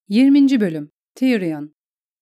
20. Bölüm Tyrion.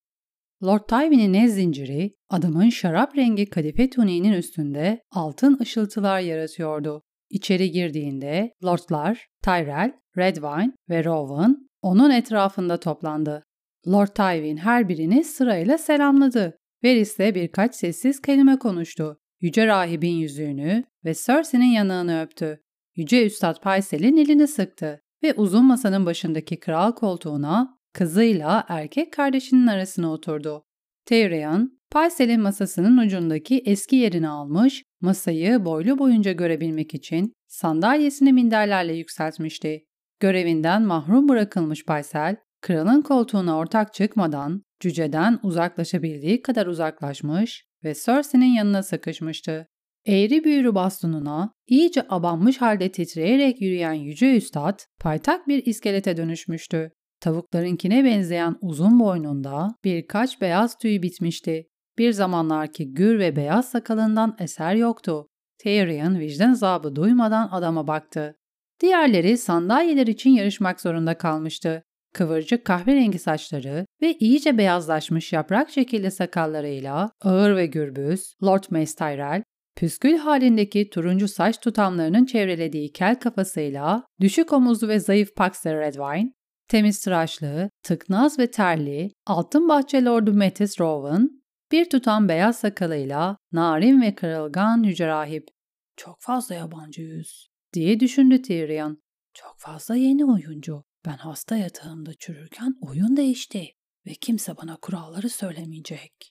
Lord Tywin'in ez zinciri, adamın şarap rengi kadife tuniğinin üstünde altın ışıltılar yaratıyordu. İçeri girdiğinde Lordlar Tyrell, Redwyne ve Rowan onun etrafında toplandı. Lord Tywin her birini sırayla selamladı. Varys'le birkaç sessiz kelime konuştu. Yüce Rahibin yüzüğünü ve Cersei'nin yanağını öptü. Yüce Üstad Pycelle'in elini sıktı ve uzun masanın başındaki kral koltuğuna kızıyla erkek kardeşinin arasına oturdu. Tyrion, Pycelle'in masasının ucundaki eski yerini almış, masayı boylu boyunca görebilmek için sandalyesini minderlerle yükseltmişti. Görevinden mahrum bırakılmış Pycelle, kralın koltuğuna ortak çıkmadan cüceden uzaklaşabildiği kadar uzaklaşmış ve Cersei'nin yanına sıkışmıştı. Eğri büğrü bastonuna iyice abanmış halde titreyerek yürüyen Yüce Üstad, paytak bir iskelete dönüşmüştü. Tavuklarınkine benzeyen uzun boynunda birkaç beyaz tüy bitmişti. Bir zamanlarki gür ve beyaz sakalından eser yoktu. Tyrion vicdan azabı duymadan adama baktı. Diğerleri sandalyeler için yarışmak zorunda kalmıştı. Kıvırcık kahverengi saçları ve iyice beyazlaşmış yaprak şekilli sakallarıyla ağır ve gürbüz Lord Mace Tyrell, püskül halindeki turuncu saç tutamlarının çevrelediği kel kafasıyla düşük omuzlu ve zayıf Paxter Redwyne, temiz tıraşlı, tıknaz ve terli, altın bahçe lordu Mattis Rowan, bir tutam beyaz sakalıyla narin ve kırılgan yüce rahip. "Çok fazla yabancı yüz," diye düşündü Tyrion. "Çok fazla yeni oyuncu. Ben hasta yatağımda çürürken oyun değişti ve kimse bana kuralları söylemeyecek."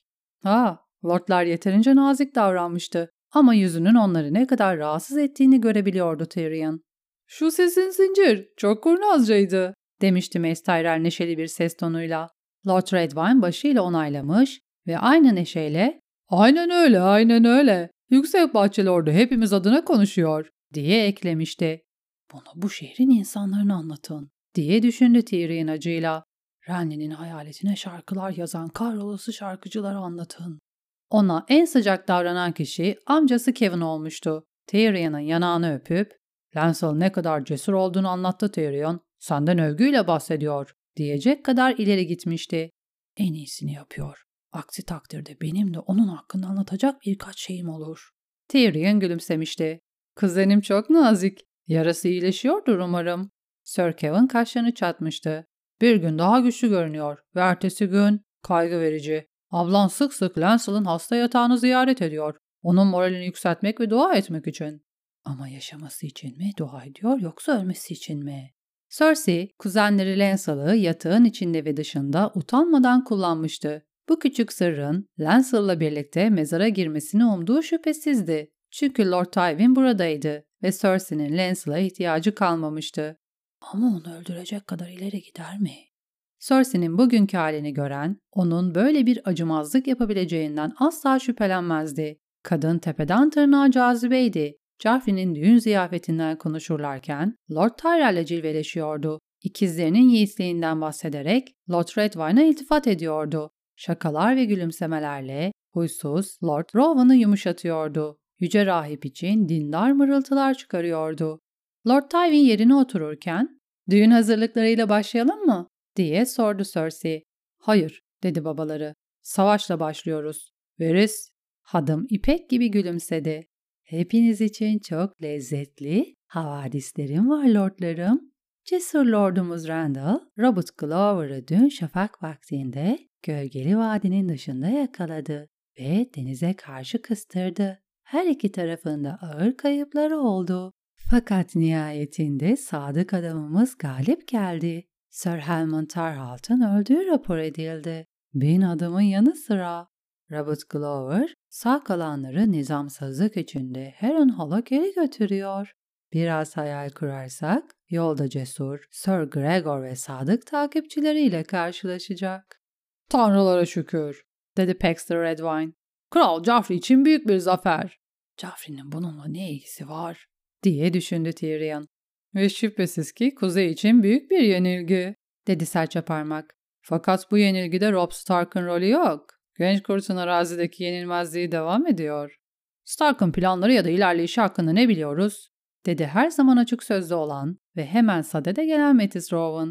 Lordlar yeterince nazik davranmıştı ama yüzünün onları ne kadar rahatsız ettiğini görebiliyordu Tyrion. "Şu sesin zincir, çok kurnazcaydı," demişti Mace Tyrell neşeli bir ses tonuyla. Lord Redwyne başıyla onaylamış ve aynı neşeyle "Aynen öyle, aynen öyle. Yüksek Bahçe Lordu hepimiz adına konuşuyor," diye eklemişti. "Bunu bu şehrin insanlarına anlatın," diye düşündü Tyrion acıyla. "Renly'nin hayaletine şarkılar yazan kahrolası şarkıcılara anlatın." Ona en sıcak davranan kişi amcası Kevin olmuştu. Tyrion'un yanağını öpüp "Lancel ne kadar cesur olduğunu anlattı Tyrion. Senden övgüyle bahsediyor," diyecek kadar ileri gitmişti. "En iyisini yapıyor. Aksi takdirde benim de onun hakkında anlatacak birkaç şeyim olur." Tyrion gülümsemişti. "Kuzenim çok nazik. Yarası iyileşiyordur umarım." Sir Kevin kaşlarını çatmıştı. "Bir gün daha güçlü görünüyor ve ertesi gün kaygı verici. Ablan sık sık Lancel'ın hasta yatağını ziyaret ediyor. Onun moralini yükseltmek ve dua etmek için." "Ama yaşaması için mi dua ediyor yoksa ölmesi için mi?" Cersei, kuzenleri Lancel'ı yatağın içinde ve dışında utanmadan kullanmıştı. Bu küçük sırrın Lancel'la birlikte mezara girmesini umduğu şüphesizdi. Çünkü Lord Tywin buradaydı ve Cersei'nin Lancel'a ihtiyacı kalmamıştı. "Ama onu öldürecek kadar ileri gider mi?" Cersei'nin bugünkü halini gören, onun böyle bir acımazlık yapabileceğinden asla şüphelenmezdi. Kadın tepeden tırnağa cazibeydi. Joffrey'nin düğün ziyafetinden konuşurlarken Lord Tyrell'le cilveleşiyordu. İkizlerinin yiğitliğinden bahsederek Lord Redwyne'a iltifat ediyordu. Şakalar ve gülümsemelerle huysuz Lord Rowan'ı yumuşatıyordu. Yüce rahip için dindar mırıltılar çıkarıyordu. Lord Tywin yerine otururken "Düğün hazırlıklarıyla başlayalım mı?" diye sordu Cersei. "Hayır," dedi babaları. "Savaşla başlıyoruz." "Varys," hadım ipek gibi gülümsedi. "Hepiniz için çok lezzetli havadislerim var lordlarım." Cesur lordumuz Randall, Robert Glover'ı dün şafak vaktinde gölgeli vadinin dışında yakaladı ve denize karşı kıstırdı. Her iki tarafında ağır kayıpları oldu. Fakat nihayetinde sadık adamımız galip geldi. Sir Helmond Tarhalt'ın öldüğü rapor edildi. 1000 adamın yanı sıra. Robert Glover sağ kalanları nizamsızlık içinde Harrenhal'a geri götürüyor. Biraz hayal kurarsak yolda cesur Sir Gregor ve sadık takipçileriyle karşılaşacak. "Tanrılara şükür," dedi Paxter Redwyne. "Kral Joffrey için büyük bir zafer." "Joffrey'nin bununla ne ilgisi var?" diye düşündü Tyrion. "Ve şüphesiz ki kuzey için büyük bir yenilgi," dedi serçe parmak. "Fakat bu yenilgide Robb Stark'ın rolü yok. Genç kurtun arazideki yenilmezliği devam ediyor." "Stark'ın planları ya da ilerleyişi hakkında ne biliyoruz?" dedi her zaman açık sözlü olan ve hemen sadede gelen Mattis Rowan.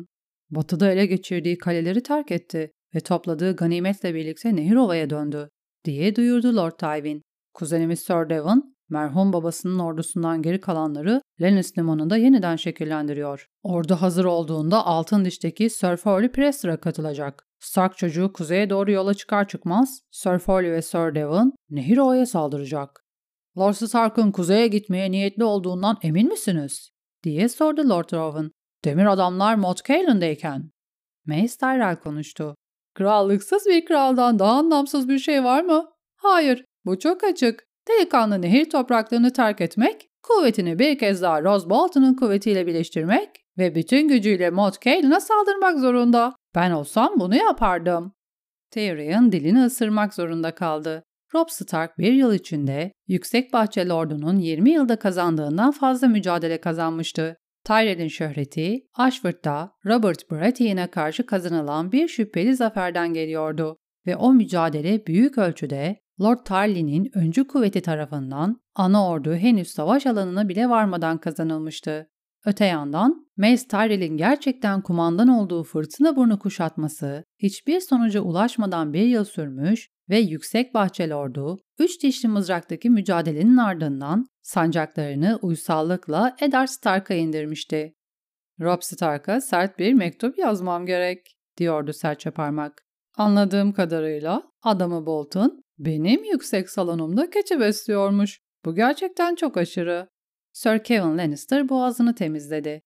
batıda ele geçirdiği kaleleri terk etti ve topladığı ganimetle birlikte Nehirova'ya döndü, diye duyurdu Lord Tywin. Kuzenimiz Sir Devon, merhum babasının ordusundan geri kalanları Lannis limanında yeniden şekillendiriyor. Ordu hazır olduğunda Altın Diş'teki Sir Forley Prester'a katılacak. Stark çocuğu kuzeye doğru yola çıkar çıkmaz Sir Forley ve Sir Devon Nehirova'ya saldıracak. Lord Stark'ın kuzeye gitmeye niyetli olduğundan emin misiniz? Diye sordu Lord Rowan. Demir adamlar Moat Caillin'deyken. Mace Tyrell konuştu. Krallıksız bir kraldan daha anlamsız bir şey var mı? Hayır, bu çok açık. Delikanlı nehir topraklarını terk etmek, kuvvetini bir kez daha Roose Bolton'un kuvvetiyle birleştirmek ve bütün gücüyle Moat Cailin'a saldırmak zorunda. Ben olsam bunu yapardım. Tyrion dilini ısırmak zorunda kaldı. Robb Stark bir yıl içinde Yüksek Bahçe Lordu'nun 20 yılda kazandığından fazla mücadele kazanmıştı. Tyrell'in şöhreti, Ashford'da Robert Baratheon'a karşı kazanılan bir şüpheli zaferden geliyordu ve o mücadele büyük ölçüde Lord Tarly'nin öncü kuvveti tarafından ana ordu henüz savaş alanına bile varmadan kazanılmıştı. Öte yandan Mace Tyrell'in gerçekten kumandan olduğu Fırtınaburnu kuşatması hiçbir sonuca ulaşmadan bir yıl sürmüş ve Yüksek Bahçe Lordu, Üç Dişli Mızrak'taki mücadelenin ardından sancaklarını uysallıkla Eddard Stark'a indirmişti. Robb Stark'a sert bir mektup yazmam gerek, diyordu serçe parmak. Anladığım kadarıyla adamı Bolton benim yüksek salonumda keçi besliyormuş. Bu gerçekten çok aşırı. Sir Kevan Lannister boğazını temizledi.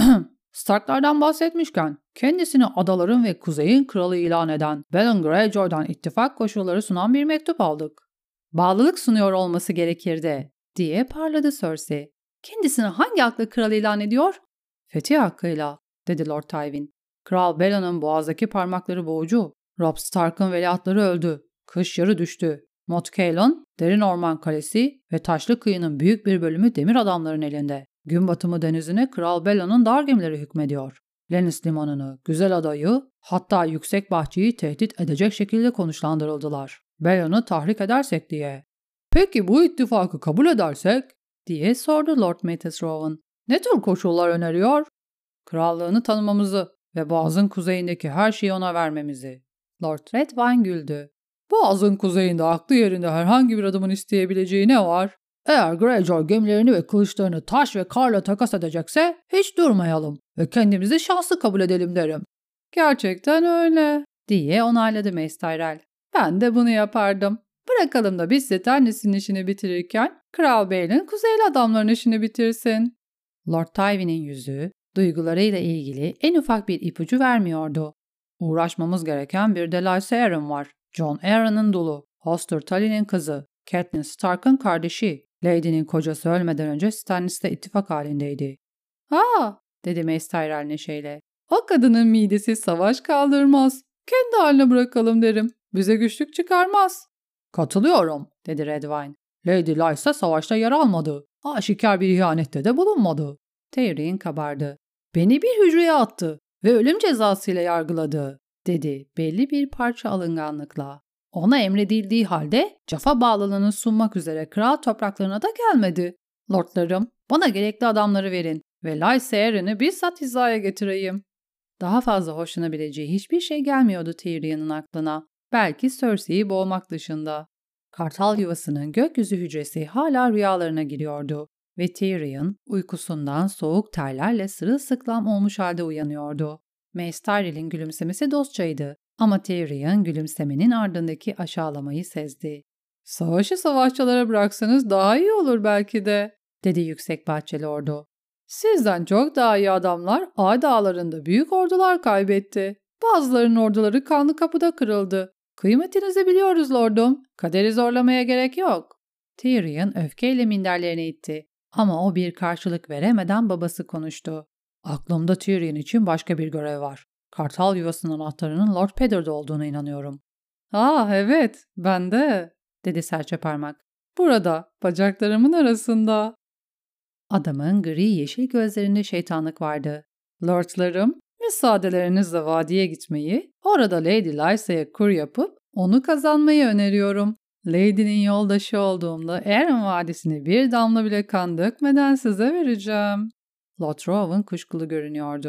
Starklardan bahsetmişken kendisini adaların ve kuzeyin kralı ilan eden Balon Greyjoy'dan ittifak koşulları sunan bir mektup aldık. Bağlılık sunuyor olması gerekirdi, diye parladı Cersei. Kendisini hangi hakla kral ilan ediyor? Fetih hakkıyla, dedi Lord Tywin. Kral Bellon'un boğazdaki parmakları boğucu. Robb Stark'ın veliahtları öldü. Kış yarı düştü. Moat Cailin, Derin Orman Kalesi ve Taşlı Kıyı'nın büyük bir bölümü demir adamların elinde. Gün batımı denizine Kral Bellon'un dar gemileri hükmediyor. Lannis limanını, güzel adayı, hatta yüksek bahçeyi tehdit edecek şekilde konuşlandırıldılar. Bellon'u tahrik edersek diye. Peki bu ittifakı kabul edersek? Diye sordu Lord Mathis Rowan. Ne tür koşullar öneriyor? Krallığını tanımamızı ve Boğaz'ın kuzeyindeki her şeyi ona vermemizi. Lord Redwyne güldü. Boğaz'ın kuzeyinde aklı yerinde herhangi bir adamın isteyebileceği ne var? Eğer Greyjoy gemilerini ve kılıçlarını taş ve karla takas edecekse hiç durmayalım ve kendimizi şanslı kabul edelim derim. Gerçekten öyle, diye onayladı Mace Tyrell. Ben de bunu yapardım. Bırakalım da biz de annesinin işini bitirirken Kral Bael'in kuzeyli adamların işini bitirsin. Lord Tywin'in yüzü duygularıyla ilgili en ufak bir ipucu vermiyordu. Uğraşmamız gereken bir de Lysa Arryn var. Jon Arryn'ın dulu, Hoster Tully'nin kızı, Catelyn Stark'ın kardeşi. Lady'nin kocası ölmeden önce Stannis'le ittifak halindeydi. "Ha," dedi Mace Tyrell neşeyle. "O kadının midesi savaş kaldırmaz. Kendi haline bırakalım derim. Bize güçlük çıkarmaz." "Katılıyorum," dedi Redwyne. "Lady Lysa savaşta yer almadı. Aşikar bir ihanette de bulunmadı." Tyrion kabardı. "Beni bir hücreye attı ve ölüm cezasıyla yargıladı," dedi belli bir parça alınganlıkla. "Ona emredildiği halde Jaffa bağlılığını sunmak üzere kral topraklarına da gelmedi. Lordlarım, bana gerekli adamları verin ve Lysa Arryn'i bizzat hizaya getireyim." Daha fazla hoşlanabileceği hiçbir şey gelmiyordu Tyrion'un aklına. Belki Cersei'yi boğmak dışında. Kartal yuvasının gökyüzü hücresi hala rüyalarına giriyordu ve Tyrion uykusundan soğuk terlerle sırılsıklam olmuş halde uyanıyordu. Mace Tyrell'in gülümsemesi dostçaydı ama Tyrion gülümsemenin ardındaki aşağılamayı sezdi. "Savaşı savaşçılara bıraksanız daha iyi olur belki de," dedi Yüksek Bahçe Lordu. "Sizden çok daha iyi adamlar Ay Dağları'nda büyük ordular kaybetti. Bazılarının orduları Kanlı Kapı'da kırıldı. Kıymetinizi biliyoruz lordum. Kaderi zorlamaya gerek yok." Tyrion öfkeyle minderlerini itti. Ama o bir karşılık veremeden babası konuştu. "Aklımda Tyrion için başka bir görev var. Kartal yuvasının anahtarının Lord Peddard'da olduğuna inanıyorum." "Ah evet, ben de," dedi serçe parmak. "Burada, bacaklarımın arasında." Adamın gri yeşil gözlerinde şeytanlık vardı. "Lordlarım, müsaadelerinizle vadiye gitmeyi, orada Lady Lysa'ya kur yapıp onu kazanmayı öneriyorum. Lady'nin yoldaşı olduğumda Arryn Vadisi'ni bir damla bile kan dökmeden size vereceğim." Lord Rowan kuşkulu görünüyordu.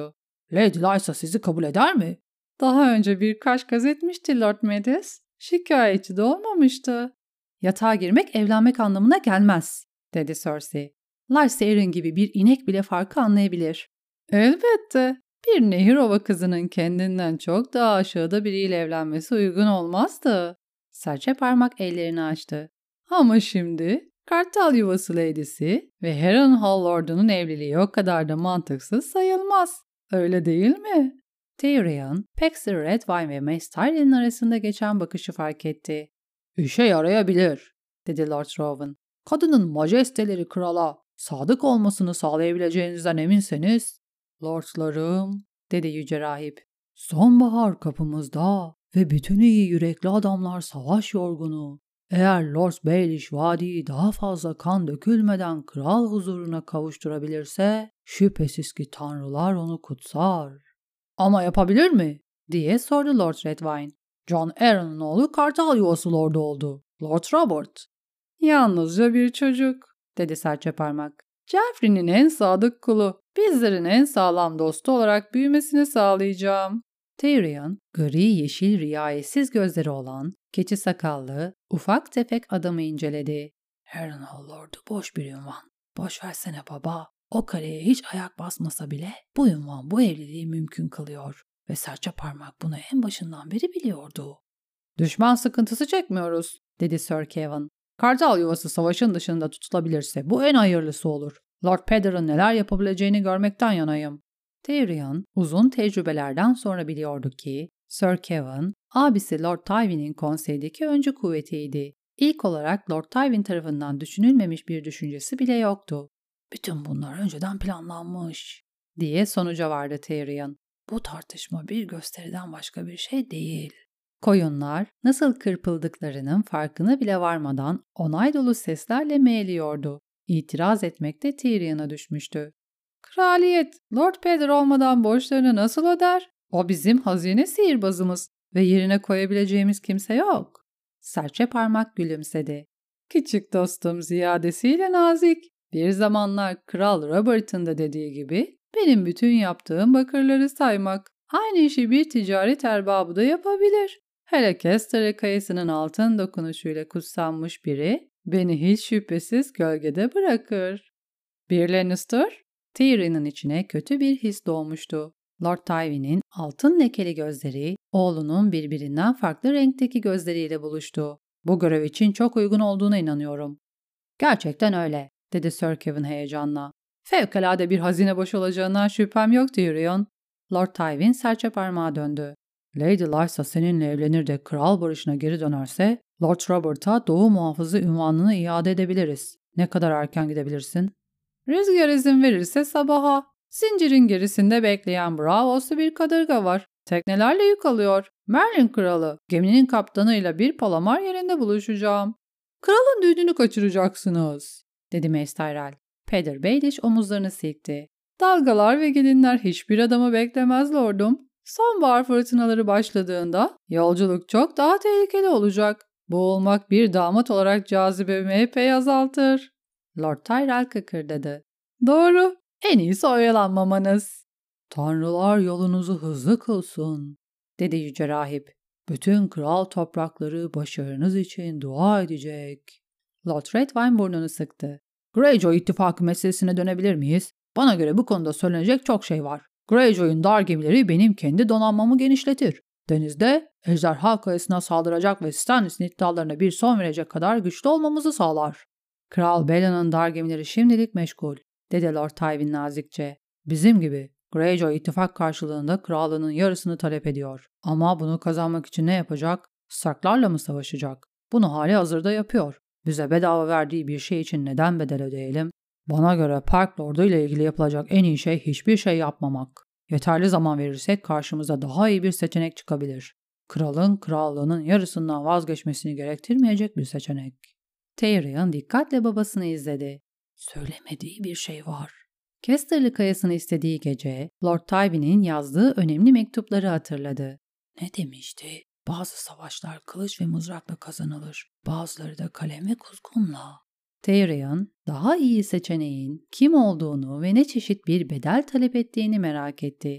Lady Lysa sizi kabul eder mi? Daha önce birkaç kez etmişti Lord Medes. Şikayetçi de olmamıştı. Yatağa girmek evlenmek anlamına gelmez, dedi Cersei. Lysa Arryn gibi bir inek bile farkı anlayabilir. Elbette. Bir nehir ova kızının kendinden çok daha aşağıda biriyle evlenmesi uygun olmazdı. Serçe parmak ellerini açtı. Ama şimdi Kartal Yuvası Lady'si ve Harrenhal Lord'unun evliliği o kadar da mantıksız sayılmaz. Öyle değil mi? Tyrion, Paxter Redwyne ve Mace Tyrell'in arasında geçen bakışı fark etti. İşe yarayabilir, dedi Lord Rowan. Kadının majesteleri krala sadık olmasını sağlayabileceğinizden eminseniz. Lordlarım, dedi yüce rahip. Sonbahar kapımızda ve bütün iyi yürekli adamlar savaş yorgunu. Eğer Lord Baelish vadiyi daha fazla kan dökülmeden kral huzuruna kavuşturabilirse şüphesiz ki tanrılar onu kutsar. Ama yapabilir mi? Diye sordu Lord Redwyne. Jon Arryn'in oğlu Kartal Yuvası Lordu oldu. Lord Robert. Yalnızca bir çocuk, dedi serçe parmak. Joffrey'nin en sadık kulu, bizlerin en sağlam dostu olarak büyümesini sağlayacağım. Tyrion, gri yeşil riayetsiz gözleri olan, keçi sakallı, ufak tefek adamı inceledi. Harrenhal Lord'u boş bir ünvan. Boş versene baba. O kaleye hiç ayak basmasa bile bu ünvan bu evliliği mümkün kılıyor. Ve serçe parmak bunu en başından beri biliyordu. Düşman sıkıntısı çekmiyoruz, dedi Sir Kevan. Kartal Yuvası savaşın dışında tutulabilirse bu en hayırlısı olur. Lord Peder'ın neler yapabileceğini görmekten yanayım. Tyrion uzun tecrübelerden sonra biliyordu ki Sir Kevan, abisi Lord Tywin'in konseydeki öncü kuvvetiydi. İlk olarak Lord Tywin tarafından düşünülmemiş bir düşüncesi bile yoktu. Bütün bunlar önceden planlanmış, diye sonuca vardı Tyrion. Bu tartışma bir gösteriden başka bir şey değil. Koyunlar nasıl kırpıldıklarının farkına bile varmadan onay dolu seslerle meğliyordu. İtiraz etmek de Tyrion'a düşmüştü. Kraliyet, Lord Peder olmadan borçlarını nasıl öder? O bizim hazine sihirbazımız ve yerine koyabileceğimiz kimse yok. Serçe parmak gülümsedi. Küçük dostum ziyadesiyle nazik. Bir zamanlar Kral Robert'ın da dediği gibi benim bütün yaptığım bakırları saymak. Aynı işi bir ticaret erbabı da yapabilir. Hele Kestere kayasının altın dokunuşuyla kutsanmış biri beni hiç şüphesiz gölgede bırakır. Bir Lannister? Tyrion'un içine kötü bir his doğmuştu. Lord Tywin'in altın lekeli gözleri oğlunun birbirinden farklı renkteki gözleriyle buluştu. Bu görev için çok uygun olduğuna inanıyorum. Gerçekten öyle, dedi Sir Kevan heyecanla. Fevkalade bir hazine boş olacağından şüphem yok Tyrion. Lord Tywin serçe parmağa döndü. Lady Lysa seninle evlenir de kral barışına geri dönerse Lord Robert'a Doğu Muhafızı unvanını iade edebiliriz. Ne kadar erken gidebilirsin? Rüzgar izin verirse sabaha. Zincirin gerisinde bekleyen Braavos'lu bir kadırga var. Teknelerle yük alıyor. Merlin kralı, geminin kaptanıyla bir palamar yerinde buluşacağım. Kralın düğününü kaçıracaksınız, dedi Mace Tyrell. Peder Baelish omuzlarını silkti. Dalgalar ve gelinler hiçbir adamı beklemez lordum. Sonbahar fırtınaları başladığında yolculuk çok daha tehlikeli olacak. Boğulmak bir damat olarak cazibemi epey azaltır. Lord Tyrell kıkırdadı. Doğru, en iyisi oyalanmamanız. Tanrılar yolunuzu hızlı kılsın, dedi yüce rahip. Bütün kral toprakları başarınız için dua edecek. Lord Redwyne burnunu sıktı. Greyjoy ittifakı meselesine dönebilir miyiz? Bana göre bu konuda söylenecek çok şey var. Greyjoy'un dar gemileri benim kendi donanmamı genişletir. Denizde ejderha kayasına saldıracak ve Stannis'in iddialarına bir son verecek kadar güçlü olmamızı sağlar. Kral Bella'nın dar gemileri şimdilik meşgul, dedi Lord Tywin nazikçe. Bizim gibi. Greyjoy ittifak karşılığında krallığının yarısını talep ediyor. Ama bunu kazanmak için ne yapacak? Starklarla mı savaşacak? Bunu hali hazırda yapıyor. Bize bedava verdiği bir şey için neden bedel ödeyelim? Bana göre Park Lord'u ile ilgili yapılacak en iyi şey hiçbir şey yapmamak. Yeterli zaman verirsek karşımıza daha iyi bir seçenek çıkabilir. Kralın krallığının yarısından vazgeçmesini gerektirmeyecek bir seçenek. Tyrion dikkatle babasını izledi. Söylemediği bir şey var. Casterly kayasını istediği gece Lord Tywin'in yazdığı önemli mektupları hatırladı. Ne demişti? Bazı savaşlar kılıç ve mızrakla kazanılır. Bazıları da kalem ve kuzgunla. Tyrion daha iyi seçeneğin kim olduğunu ve ne çeşit bir bedel talep ettiğini merak etti.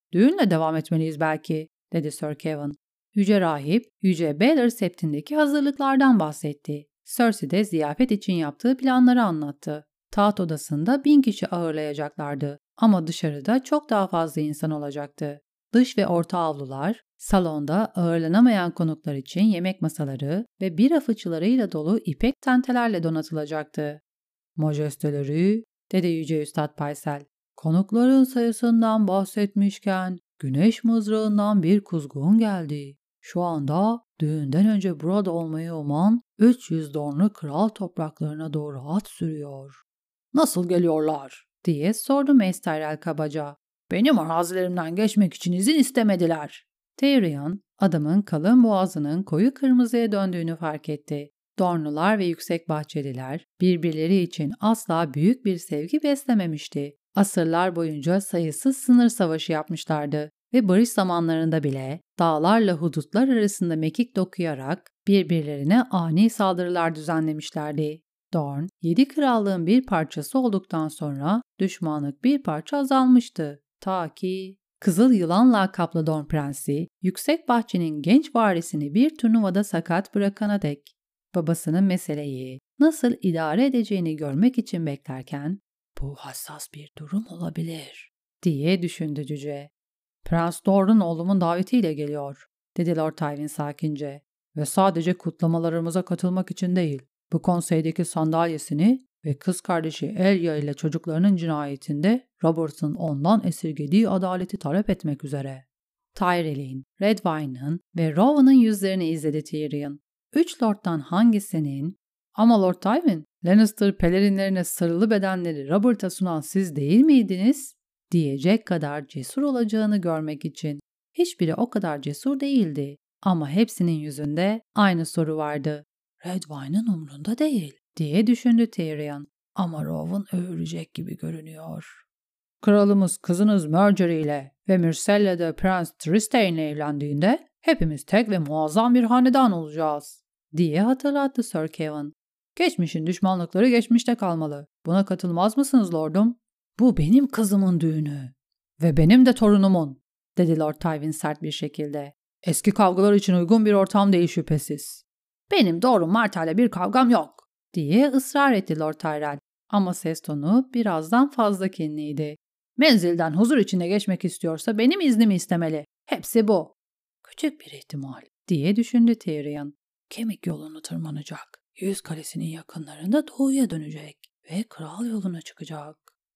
Düğünle devam etmeliyiz belki, dedi Sir Kevin. Yüce Rahip, Yüce Baylor Sept'indeki hazırlıklardan bahsetti. Cersei de ziyafet için yaptığı planları anlattı. Taht odasında 1000 kişi ağırlayacaklardı ama dışarıda çok daha fazla insan olacaktı. Dış ve orta avlular, salonda ağırlanamayan konuklar için yemek masaları ve bira fıçılarıyla dolu ipek tentelerle donatılacaktı. Majesteleri, dedi Yüce Üstad Paysel, konukların sayısından bahsetmişken güneş mızrağından bir kuzgun geldi. Şu anda düğünden önce burada olmayı uman 300 dornu kral topraklarına doğru at sürüyor. Nasıl geliyorlar? Diye sordu Mace Tyrell kabaca. Benim arazilerimden geçmek için izin istemediler. Tyrion, adamın kalın boğazının koyu kırmızıya döndüğünü fark etti. Dornular ve yüksek bahçeliler birbirleri için asla büyük bir sevgi beslememişti. Asırlar boyunca sayısız sınır savaşı yapmışlardı ve barış zamanlarında bile dağlarla hudutlar arasında mekik dokuyarak birbirlerine ani saldırılar düzenlemişlerdi. Dorne, 7 krallığın bir parçası olduktan sonra düşmanlık bir parça azalmıştı. Ta ki Kızıl Yılan lakaplı Dorne Prensi, yüksek bahçenin genç varisini bir turnuvada sakat bırakana dek babasının meseleyi nasıl idare edeceğini görmek için beklerken bu hassas bir durum olabilir diye düşündü cüce. Prens Doran oğlumun davetiyle geliyor, dedi Lord Tywin sakince ve sadece kutlamalarımıza katılmak için değil, bu konseydeki sandalyesini ve kız kardeşi Elia ile çocuklarının cinayetinde Robert'ın ondan esirgediği adaleti talep etmek üzere. Tyrell'in, Redwyne'ın ve Rowan'ın yüzlerini izledi Tyrion. 3 lorddan hangisinin, ama Lord Tywin, Lannister pelerinlerine sarılı bedenleri Robert'a sunan siz değil miydiniz? Diyecek kadar cesur olacağını görmek için. Hiçbiri o kadar cesur değildi ama hepsinin yüzünde aynı soru vardı. Redwyne'ın umrunda değil diye düşündü Tyrion ama Rowan övülecek gibi görünüyor. Kralımız kızınız Margaery ile ve Myrcella de Prens Trystane ile evlendiğinde hepimiz tek ve muazzam bir hanedan olacağız diye hatırlattı Sir Kevin. Geçmişin düşmanlıkları geçmişte kalmalı. Buna katılmaz mısınız lordum? Bu benim kızımın düğünü ve benim de torunumun, dedi Lord Tywin sert bir şekilde. Eski kavgalar için uygun bir ortam değil şüphesiz. Benim doğru Marta'yla bir kavgam yok, diye ısrar etti Lord Tyrell. Ama ses tonu birazdan fazla kinliydi. Menzilden huzur içinde geçmek istiyorsa benim iznimi istemeli. Hepsi bu. Küçük bir ihtimal, diye düşündü Tyrion. Kemik yolunu tırmanacak. Yüz Kalesi'nin yakınlarında doğuya dönecek ve kral yoluna çıkacak.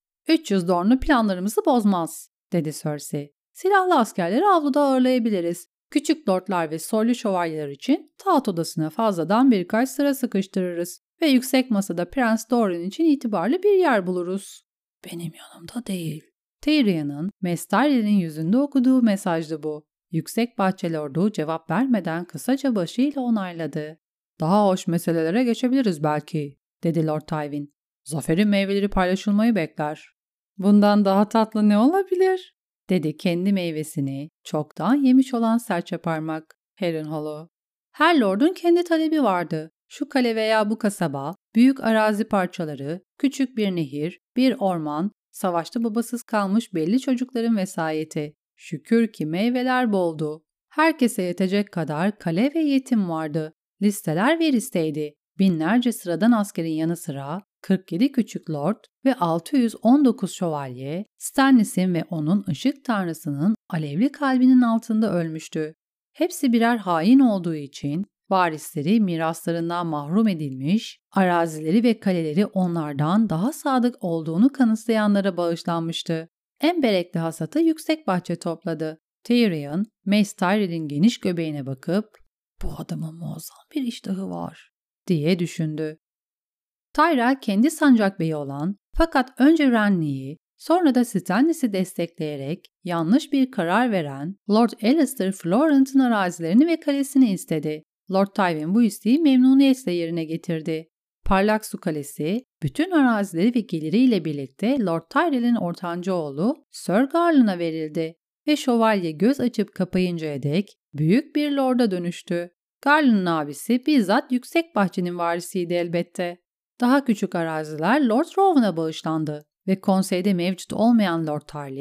300 dornu planlarımızı bozmaz, dedi Cersei. Silahlı askerleri avluda ağırlayabiliriz. Küçük lordlar ve soylu şövalyeler için taht odasına fazladan birkaç sıra sıkıştırırız ve yüksek masada Prens Doran için itibarlı bir yer buluruz. Benim yanımda değil. Tyrion'un Mace Tyrell'in yüzünde okuduğu mesajdı bu. Yüksek bahçeli ordu cevap vermeden kısaca başıyla onayladı. Daha hoş meselelere geçebiliriz belki, dedi Lord Tywin. Zaferin meyveleri paylaşılmayı bekler. Bundan daha tatlı ne olabilir? Dedi kendi meyvesini çoktan yemiş olan serçe parmak Harrenhal'u. Her lordun kendi talebi vardı. Şu kale veya bu kasaba, büyük arazi parçaları, küçük bir nehir, bir orman, savaşta babasız kalmış belli çocukların vesayeti. Şükür ki meyveler boldu. Herkese yetecek kadar kale ve yetim vardı. Listeler veristeydi. Binlerce sıradan askerin yanı sıra 47 küçük lord ve 619 şövalye, Stannis'in ve onun ışık tanrısının alevli kalbinin altında ölmüştü. Hepsi birer hain olduğu için varisleri miraslarından mahrum edilmiş, arazileri ve kaleleri onlardan daha sadık olduğunu kanıtlayanlara bağışlanmıştı. En berekli hasatı yüksek bahçe topladı. Tyrion, Mace Tyrell'in geniş göbeğine bakıp "Bu adamın muazzam bir iştahı var," diye düşündü. Tyrell kendi sancak beyi olan fakat önce Renly'yi sonra da Stannis'i destekleyerek yanlış bir karar veren Lord Alliser Florent'ın arazilerini ve kalesini istedi. Lord Tywin bu isteği memnuniyetle yerine getirdi. Parlak Su Kalesi, bütün arazileri ve geliriyle birlikte Lord Tyrell'in ortanca oğlu Sir Garland'a verildi ve şövalye göz açıp kapayıncaya dek büyük bir lorda dönüştü. Garland'ın abisi bizzat yüksek bahçenin varisiydi elbette. Daha küçük araziler Lord Rowan'a bağışlandı ve konseyde mevcut olmayan Lord Tarly,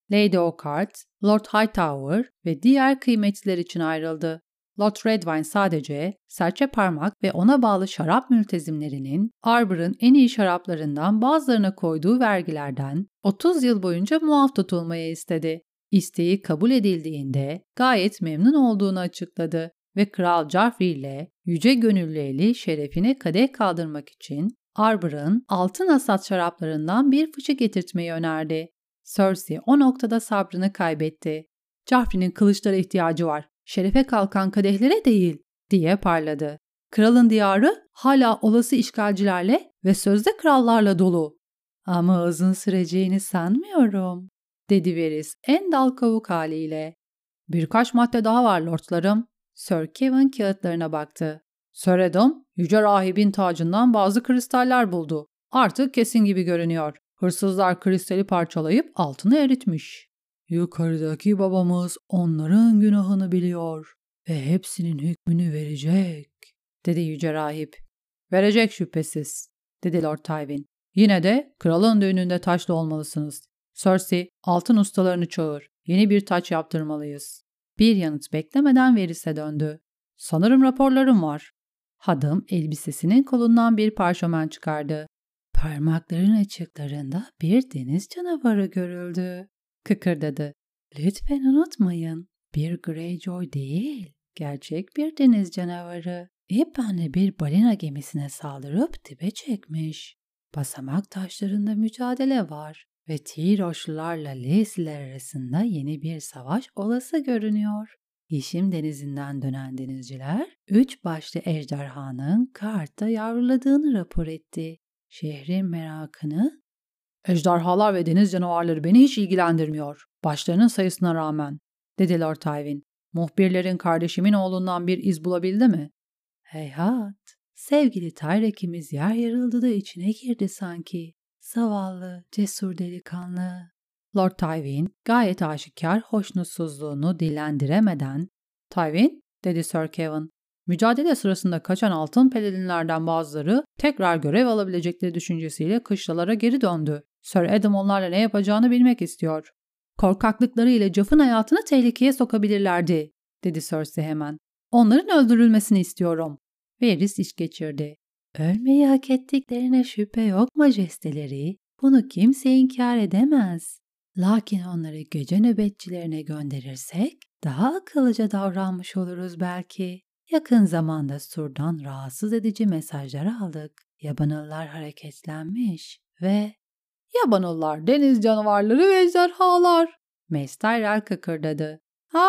Lady Oakart, Lord Hightower ve diğer kıymetçiler için ayrıldı. Lord Redwyne sadece serçe parmak ve ona bağlı şarap mültezimlerinin Arbor'ın en iyi şaraplarından bazılarına koyduğu vergilerden 30 yıl boyunca muaf tutulmayı istedi. İsteği kabul edildiğinde gayet memnun olduğunu açıkladı ve Kral Joffrey ile yüce gönüllü eli şerefine kadeh kaldırmak için Arbor'ın altın hasat şaraplarından bir fıçı getirtmeyi önerdi. Cersei o noktada sabrını kaybetti. Joffrey'nin kılıçlara ihtiyacı var, şerefe kalkan kadehlere değil, diye parladı. Kralın diyarı hala olası işgalcilerle ve sözde krallarla dolu. Ama uzun süreceğini sanmıyorum, dedi Varys en dal kavuk haliyle. Birkaç madde daha var lordlarım. Sir Kevan kağıtlarına baktı. Sir Adam, yüce rahibin tacından bazı kristaller buldu. Artık kesin gibi görünüyor. Hırsızlar kristali parçalayıp altını eritmiş. Yukarıdaki babamız onların günahını biliyor ve hepsinin hükmünü verecek, dedi yüce rahip. Verecek şüphesiz, dedi Lord Tywin. Yine de kralın düğününde taçlı olmalısınız. Cersei, altın ustalarını çağır. Yeni bir taç yaptırmalıyız. Bir yanıt beklemeden Varys'e döndü. Sanırım raporlarım var. Hadım elbisesinin kolundan bir parşömen çıkardı. Parmakların açıklarında bir deniz canavarı görüldü, kıkırdadı. Lütfen unutmayın, bir Greyjoy değil, gerçek bir deniz canavarı. Yepyeni bir balina gemisine saldırıp dibe çekmiş. Basamak taşlarında mücadele var ve Tyroşlularla Lacey'ler arasında yeni bir savaş olası görünüyor. Yeşim denizinden dönen denizciler, 3 başlı ejderhanın Kart'ta yavruladığını rapor etti. Şehrin merakını... Ejderhalar ve deniz canavarları beni hiç ilgilendirmiyor. Başlarının sayısına rağmen, dedi Lord Tywin. Muhbirlerin kardeşimin oğlundan bir iz bulabildi mi? Heyhat, sevgili Tyrek'imiz yer yarıldı da içine girdi sanki. Zavallı, cesur delikanlı. Lord Tywin gayet aşikar hoşnutsuzluğunu dillendiremeden, Tywin, dedi Sir Kevan. Mücadele sırasında kaçan altın pelerinlerden bazıları tekrar görev alabilecekleri düşüncesiyle kışlalara geri döndü. Sir Adam onlarla ne yapacağını bilmek istiyor. Korkaklıkları ile Joff'un hayatını tehlikeye sokabilirlerdi, dedi Cersei hemen. Onların öldürülmesini istiyorum. Varys iç geçirdi. Ölmeyi hak ettiklerine şüphe yok majesteleri. Bunu kimse inkar edemez. Lakin onları gece nöbetçilerine gönderirsek daha akıllıca davranmış oluruz belki. Yakın zamanda Sur'dan rahatsız edici mesajlar aldık. Yabanıllar hareketlenmiş ve... Yabanıllar, deniz canavarları ve ejderhalar. Mace Tyrell kıkırdadı.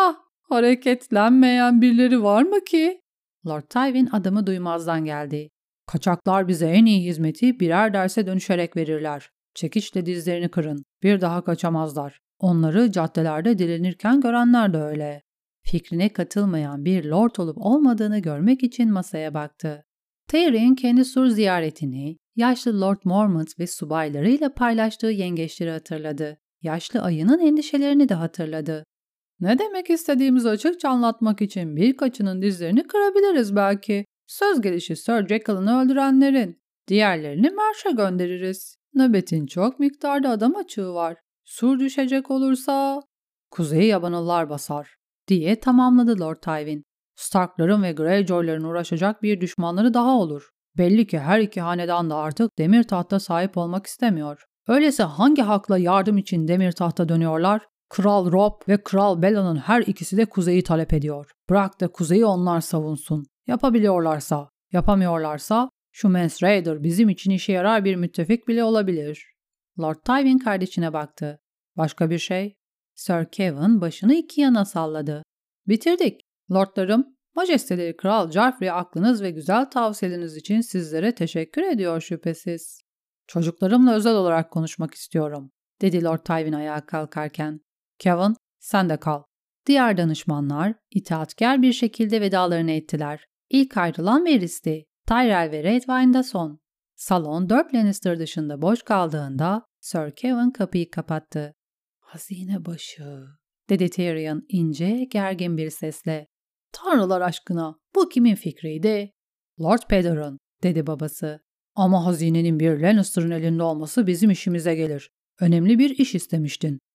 Hareketlenmeyen birileri var mı ki? Lord Tywin adamı duymazdan geldi. Kaçaklar bize en iyi hizmeti birer derse dönüşerek verirler. Çekiçle dizlerini kırın. Bir daha kaçamazlar. Onları caddelerde dilenirken görenler de öyle. Fikrine katılmayan bir lord olup olmadığını görmek için masaya baktı. Tyrion kendi Sur ziyaretini, yaşlı Lord Mormont ve subaylarıyla paylaştığı yengeçleri hatırladı. Yaşlı ayının endişelerini de hatırladı. Ne demek istediğimizi açıkça anlatmak için birkaçının dizlerini kırabiliriz belki. Söz gelişi Sir Jackal'ını öldürenlerin. Diğerlerini marşa göndeririz. Nöbetin çok miktarda adam açığı var. Sur düşecek olursa... Kuzeyi yabanıllar basar, diye tamamladı Lord Tywin. Stark'ların ve Greyjoy'ların uğraşacak bir düşmanları daha olur. Belli ki her iki hanedan da artık demir tahta sahip olmak istemiyor. Öyleyse hangi hakla yardım için demir tahta dönüyorlar? Kral Robb ve Kral Bella'nın her ikisi de kuzeyi talep ediyor. Bırak da kuzeyi onlar savunsun. Yapabiliyorlarsa, yapamıyorlarsa şu Mance Rayder bizim için işe yarar bir müttefik bile olabilir. Lord Tywin kardeşine baktı. Başka bir şey? Sir Kevan başını iki yana salladı. Bitirdik. Lordlarım, majesteleri Kral Joffrey aklınız ve güzel tavsiyeleriniz için sizlere teşekkür ediyor şüphesiz. Çocuklarımla özel olarak konuşmak istiyorum, dedi Lord Tywin ayağa kalkarken. Kevan, sen de kal. Diğer danışmanlar itaatkar bir şekilde vedalarını ettiler. İlk ayrılan Varys'ti. Tyrell ve Redwyne'da son. Salon 4 Lannister dışında boş kaldığında Sir Kevan kapıyı kapattı. Hazine başı, dedi Tyrion ince, gergin bir sesle. Tanrılar aşkına, bu kimin fikriydi? Lord Peder'ın, dedi babası. Ama hazinenin bir Lannister'ın elinde olması bizim işimize gelir. Önemli bir iş istemiştin.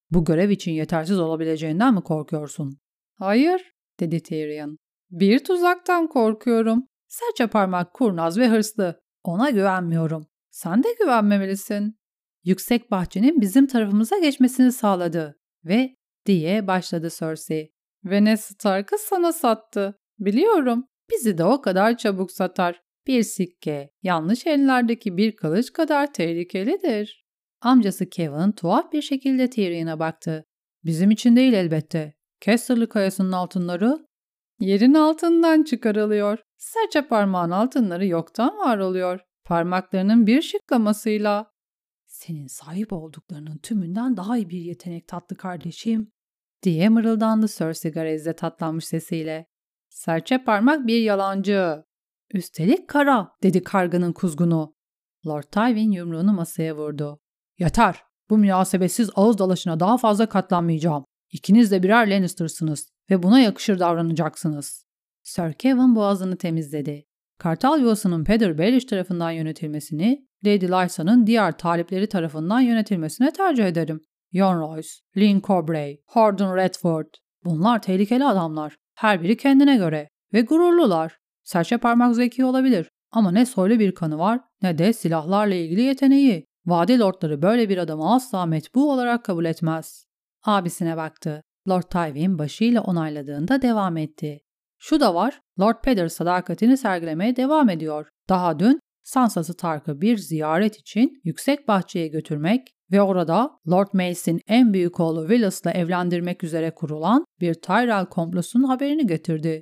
Bu görev için yetersiz olabileceğinden mi korkuyorsun? Hayır, dedi Tyrion. Bir tuzaktan korkuyorum. Serçe parmak kurnaz ve hırslı. Ona güvenmiyorum. Sen de güvenmemelisin. Yüksek bahçenin bizim tarafımıza geçmesini sağladı ve diye başladı Cersei. Ve Ned Stark'ı sana sattı. Biliyorum. Bizi de o kadar çabuk satar. Bir sikke, yanlış ellerdeki bir kılıç kadar tehlikelidir. Amcası Kevin tuhaf bir şekilde Tyrion'a baktı. Bizim için değil elbette. Casterly Kayası'nın altınları yerin altından çıkarılıyor. Serçe parmağın altınları yoktan var oluyor. Parmaklarının bir şıklamasıyla. Senin sahip olduklarının tümünden daha iyi bir yetenek tatlı kardeşim, diye mırıldandı Cersei garezde tatlanmış sesiyle. Serçe parmak bir yalancı. Üstelik kara, dedi karganın kuzgunu. Lord Tywin yumruğunu masaya vurdu. Yeter, bu münasebetsiz ağız dalaşına daha fazla katlanmayacağım. İkiniz de birer Lannister'sınız ve buna yakışır davranacaksınız. Sir Kevan boğazını temizledi. Kartal yuvasının Petyr Baelish tarafından yönetilmesini, Lady Lysa'nın diğer talipleri tarafından yönetilmesine tercih ederim. Jon Royce, Lyn Corbray, Horden Redford. Bunlar tehlikeli adamlar. Her biri kendine göre ve gururlular. Serçe parmak zeki olabilir ama ne soylu bir kanı var ne de silahlarla ilgili yeteneği. Vadi lordları böyle bir adamı asla metbu olarak kabul etmez. Abisine baktı. Lord Tywin başıyla onayladığında devam etti. Şu da var, Lord Petyr sadakatini sergilemeye devam ediyor. Daha dün Sansa Stark'ı bir ziyaret için yüksek bahçeye götürmek ve orada Lord Mace'in en büyük oğlu Willis'la evlendirmek üzere kurulan bir Tyrell komplosunun haberini getirdi.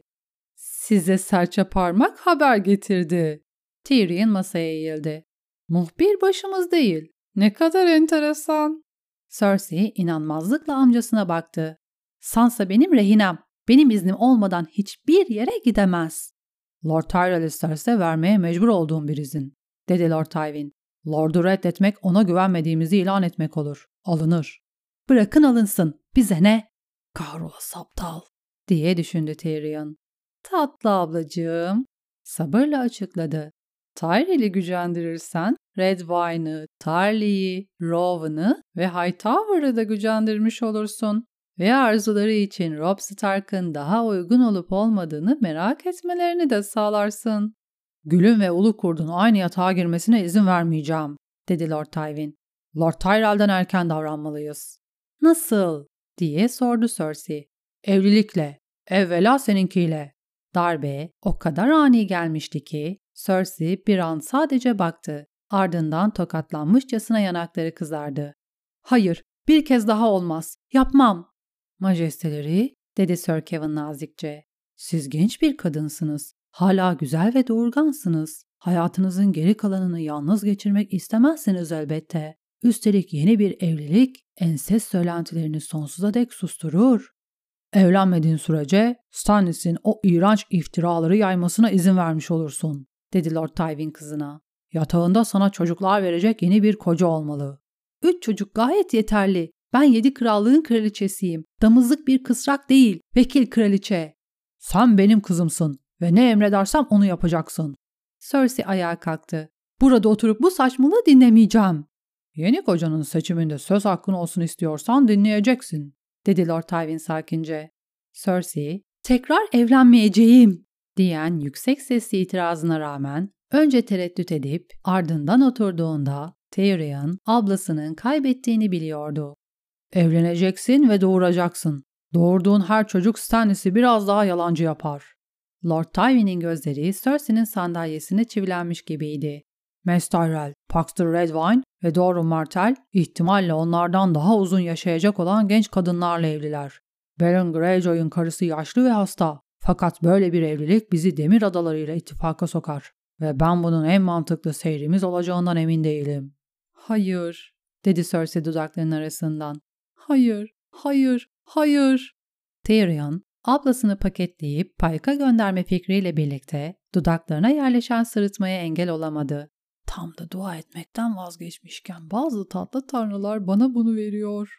Size serçe parmak haber getirdi. Tyrion masaya eğildi. Muhbir başımız değil. Ne kadar enteresan. Cersei inanmazlıkla amcasına baktı. Sansa benim rehinem. Benim iznim olmadan hiçbir yere gidemez. Lord Tyrell isterse vermeye mecbur olduğum bir izin, dedi Lord Tywin. Lord'u reddetmek ona güvenmediğimizi ilan etmek olur. Alınır. Bırakın alınsın. Bize ne? Kahrolası aptal, diye düşündü Tyrion. Tatlı ablacığım, sabırla açıkladı. Tyrell'i gücendirirsen Redwyne'ı, Tarly'yi, Rowan'ı ve Hightower'ı da gücendirmiş olursun. Ve arzuları için Robb Stark'ın daha uygun olup olmadığını merak etmelerini de sağlarsın. Gül'ün ve Ulu Kurt'un aynı yatağa girmesine izin vermeyeceğim, dedi Lord Tywin. Lord Tyrell'den erken davranmalıyız. Nasıl? Diye sordu Cersei. Evlilikle, evvela seninkiyle. Darbe o kadar ani gelmişti ki Cersei bir an sadece baktı. Ardından tokatlanmışçasına yanakları kızardı. Hayır, bir kez daha olmaz. Yapmam. Majesteleri, dedi Sir Kevan nazikçe. Siz genç bir kadınsınız. Hala güzel ve doğurgansınız. Hayatınızın geri kalanını yalnız geçirmek istemezsiniz elbette. Üstelik yeni bir evlilik ensest söylentilerini sonsuza dek susturur. Evlenmediğin sürece Stannis'in o iğrenç iftiraları yaymasına izin vermiş olursun, dedi Lord Tywin kızına. Yatağında sana çocuklar verecek yeni bir koca olmalı. 3 çocuk gayet yeterli. Ben 7 krallığın kraliçesiyim. Damızlık bir kısrak değil, vekil kraliçe. Sen benim kızımsın ve ne emredersem onu yapacaksın. Cersei ayağa kalktı. Burada oturup bu saçmalığı dinlemeyeceğim. Yeni kocanın seçiminde söz hakkın olsun istiyorsan dinleyeceksin, dedi Lord Tywin sakince. Cersei, tekrar evlenmeyeceğim, diyen yüksek sesli itirazına rağmen önce tereddüt edip ardından oturduğunda Tyrion ablasının kaybettiğini biliyordu. Evleneceksin ve doğuracaksın. Doğurduğun her çocuk Stannis'i biraz daha yalancı yapar. Lord Tywin'in gözleri Cersei'nin sandalyesine çivilenmiş gibiydi. Mace Tyrell, Paxter Redwyne ve Doran Martell ihtimalle onlardan daha uzun yaşayacak olan genç kadınlarla evliler. Balon Greyjoy'un karısı yaşlı ve hasta. Fakat böyle bir evlilik bizi Demir Adaları'yla ittifaka sokar. Ve ben bunun en mantıklı seyrimiz olacağından emin değilim. Hayır, dedi Cersei dudaklarının arasından. Hayır, hayır, hayır. Tyrion, ablasını paketleyip Pike'a gönderme fikriyle birlikte dudaklarına yerleşen sırıtmaya engel olamadı. Tam da dua etmekten vazgeçmişken bazı tatlı tanrılar bana bunu veriyor.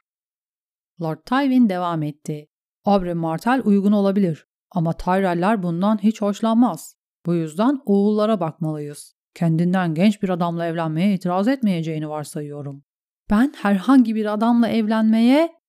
Lord Tywin devam etti. Oberyn Martell uygun olabilir ama Tyrell'ler bundan hiç hoşlanmaz. Bu yüzden oğullara bakmalıyız. Kendinden genç bir adamla evlenmeye itiraz etmeyeceğini varsayıyorum. Ben herhangi bir adamla evlenmeye...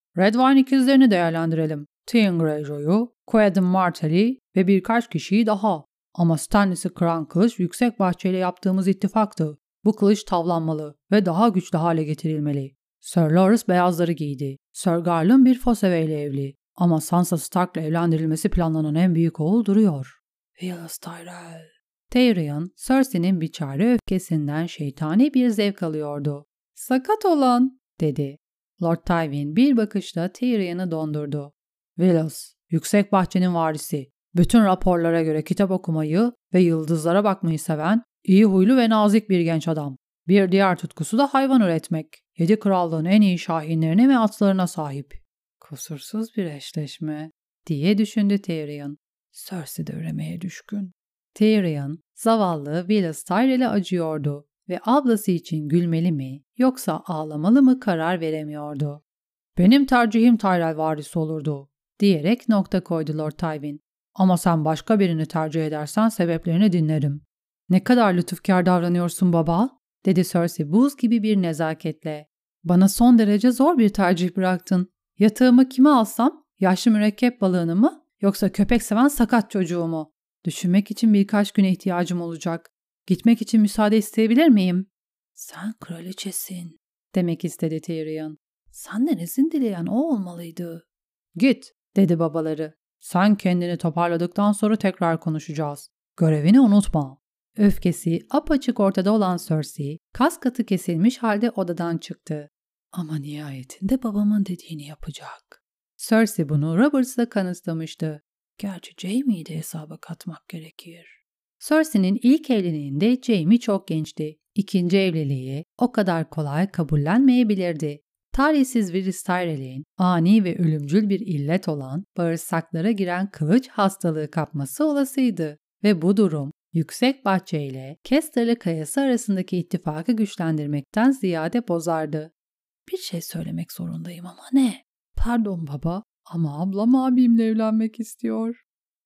Redwine ikizlerini değerlendirelim. Theon Greyjoy'u, Quaden Martell'i ve birkaç kişiyi daha. Ama Stannis'i kıran kılıç Yüksek Bahçe ile yaptığımız ittifaktı. Bu kılıç tavlanmalı ve daha güçlü hale getirilmeli. Sir Loras beyazları giydi. Sir Garland bir Fossoway ile evli. Ama Sansa Stark'la evlendirilmesi planlanan en büyük oğul duruyor. Vilas Tyrell. Tyrion, Cersei'nin bir çare öfkesinden şeytani bir zevk alıyordu. Sakat olan, dedi. Lord Tywin bir bakışla Tyrion'u dondurdu. Vilas, Yüksek Bahçe'nin varisi. Bütün raporlara göre kitap okumayı ve yıldızlara bakmayı seven, iyi huylu ve nazik bir genç adam. Bir diğer tutkusu da hayvan üretmek. 7 krallığın en iyi şahinlerine ve atlarına sahip. Kusursuz bir eşleşme, diye düşündü Tyrion. Cersei de üremeye düşkün. Tyrion, zavallı Vilas Tyrell'e acıyordu ve ablası için gülmeli mi yoksa ağlamalı mı karar veremiyordu. Benim tercihim Tyrell varisi olurdu, diyerek nokta koydu Lord Tywin. Ama sen başka birini tercih edersen sebeplerini dinlerim. Ne kadar lütufkar davranıyorsun baba, dedi Cersei buz gibi bir nezaketle. Bana son derece zor bir tercih bıraktın. Yatağımı kime alsam, yaşlı mürekkep balığını mı yoksa köpek seven sakat çocuğu mu? Düşünmek için birkaç güne ihtiyacım olacak. Gitmek için müsaade isteyebilir miyim? Sen kraliçesin, demek istedi Tyrion. Senden izin dileyen o olmalıydı. Git, dedi babaları. Sen kendini toparladıktan sonra tekrar konuşacağız. Görevini unutma. Öfkesi apaçık ortada olan Cersei, kas katı kesilmiş halde odadan çıktı. Ama nihayetinde babamın dediğini yapacak. Cersei bunu Roberts'la kanıtlamıştı. Gerçi Jaime'yi de hesaba katmak gerekir. Cersei'nin ilk evliliğinde Jaime çok gençti. İkinci evliliği o kadar kolay kabullenmeyebilirdi. Talihsiz Viserys Tyrell'in ani ve ölümcül bir illet olan bağırsaklara giren kılıç hastalığı kapması olasıydı ve bu durum Yüksek Bahçe ile Casterly Kayası arasındaki ittifakı güçlendirmekten ziyade bozardı. Bir şey söylemek zorundayım ama ne? Pardon baba ama ablam abimle evlenmek istiyor.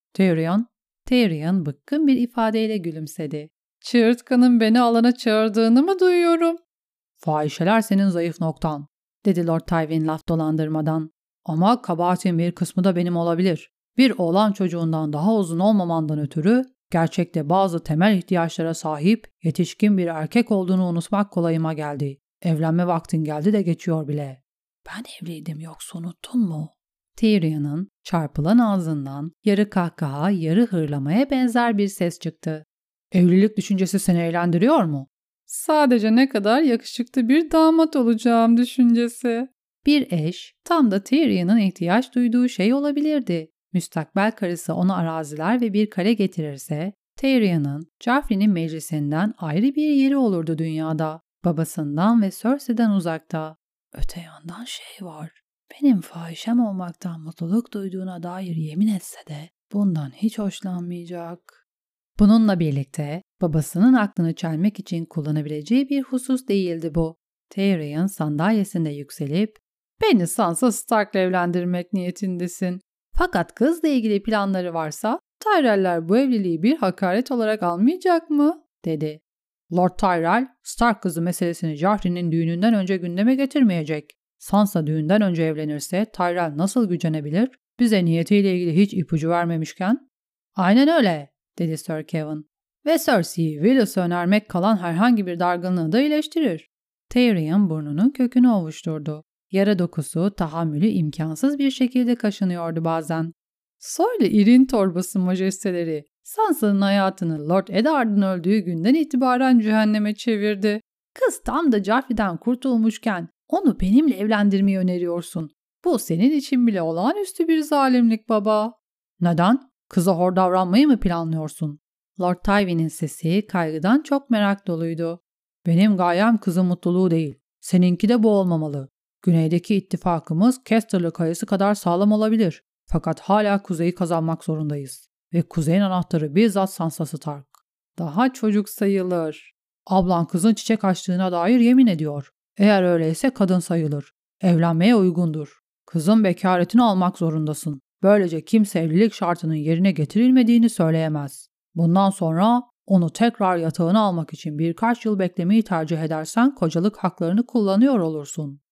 Tyrion bıkkın bir ifadeyle gülümsedi. Çığırtkanın beni alana çağırdığını mı duyuyorum? Fahişeler senin zayıf noktan, dedi Lord Tywin laf dolandırmadan. Ama kabahatin bir kısmı da benim olabilir. Bir oğlan çocuğundan daha uzun olmamandan ötürü gerçekte bazı temel ihtiyaçlara sahip yetişkin bir erkek olduğunu unutmak kolayıma geldi. Evlenme vaktin geldi de geçiyor bile. Ben evliydim yoksa unuttun mu? Tyrion'un çarpılan ağzından yarı kahkaha yarı hırlamaya benzer bir ses çıktı. Evlilik düşüncesi seni eğlendiriyor mu? Sadece ne kadar yakışıklı bir damat olacağım düşüncesi. Bir eş tam da Tyrion'un ihtiyaç duyduğu şey olabilirdi. Müstakbel karısı ona araziler ve bir kale getirirse Tyrion'un Joffrey'nin meclisinden ayrı bir yeri olurdu dünyada. Babasından ve Cersei'den uzakta. Öte yandan şey var. Benim fahişem olmaktan mutluluk duyduğuna dair yemin etse de bundan hiç hoşlanmayacak. Bununla birlikte babasının aklını çelmek için kullanabileceği bir husus değildi bu. Tyrion sandalyesinde yükselip "Beni Sansa Stark'la evlendirmek niyetindesin. Fakat kızla ilgili planları varsa Tyrell'ler bu evliliği bir hakaret olarak almayacak mı?" dedi. Lord Tyrell, Stark kızı meselesini Joffrey'nin düğününden önce gündeme getirmeyecek. Sansa düğünden önce evlenirse Tyrell nasıl gücenebilir? Bize niyetiyle ilgili hiç ipucu vermemişken. Aynen öyle, dedi Sir Kevan. Ve Cersei'yi Willis'e önermek kalan herhangi bir dargınlığı da iyileştirir. Tyrion burnunun kökünü ovuşturdu. Yara dokusu tahammülü imkansız bir şekilde kaşınıyordu bazen. Söyle irin torbası majesteleri. Sansa'nın hayatını Lord Eddard'ın öldüğü günden itibaren cehenneme çevirdi. Kız tam da Joffrey'den kurtulmuşken onu benimle evlendirmeyi öneriyorsun. Bu senin için bile olağanüstü bir zalimlik baba. Neden? Kıza hor davranmayı mı planlıyorsun? Lord Tywin'in sesi kaygıdan çok merak doluydu. Benim gayem kızın mutluluğu değil. Seninki de bu olmamalı. Güneydeki ittifakımız Casterly Kayası kadar sağlam olabilir. Fakat hala kuzeyi kazanmak zorundayız. Ve kuzeyin anahtarı bizzat Sansa Stark. Daha çocuk sayılır. Ablan kızın çiçek açtığına dair yemin ediyor. Eğer öyleyse kadın sayılır. Evlenmeye uygundur. Kızın bekaretini almak zorundasın. Böylece kimse evlilik şartının yerine getirilmediğini söyleyemez. Bundan sonra onu tekrar yatağına almak için birkaç yıl beklemeyi tercih edersen kocalık haklarını kullanıyor olursun.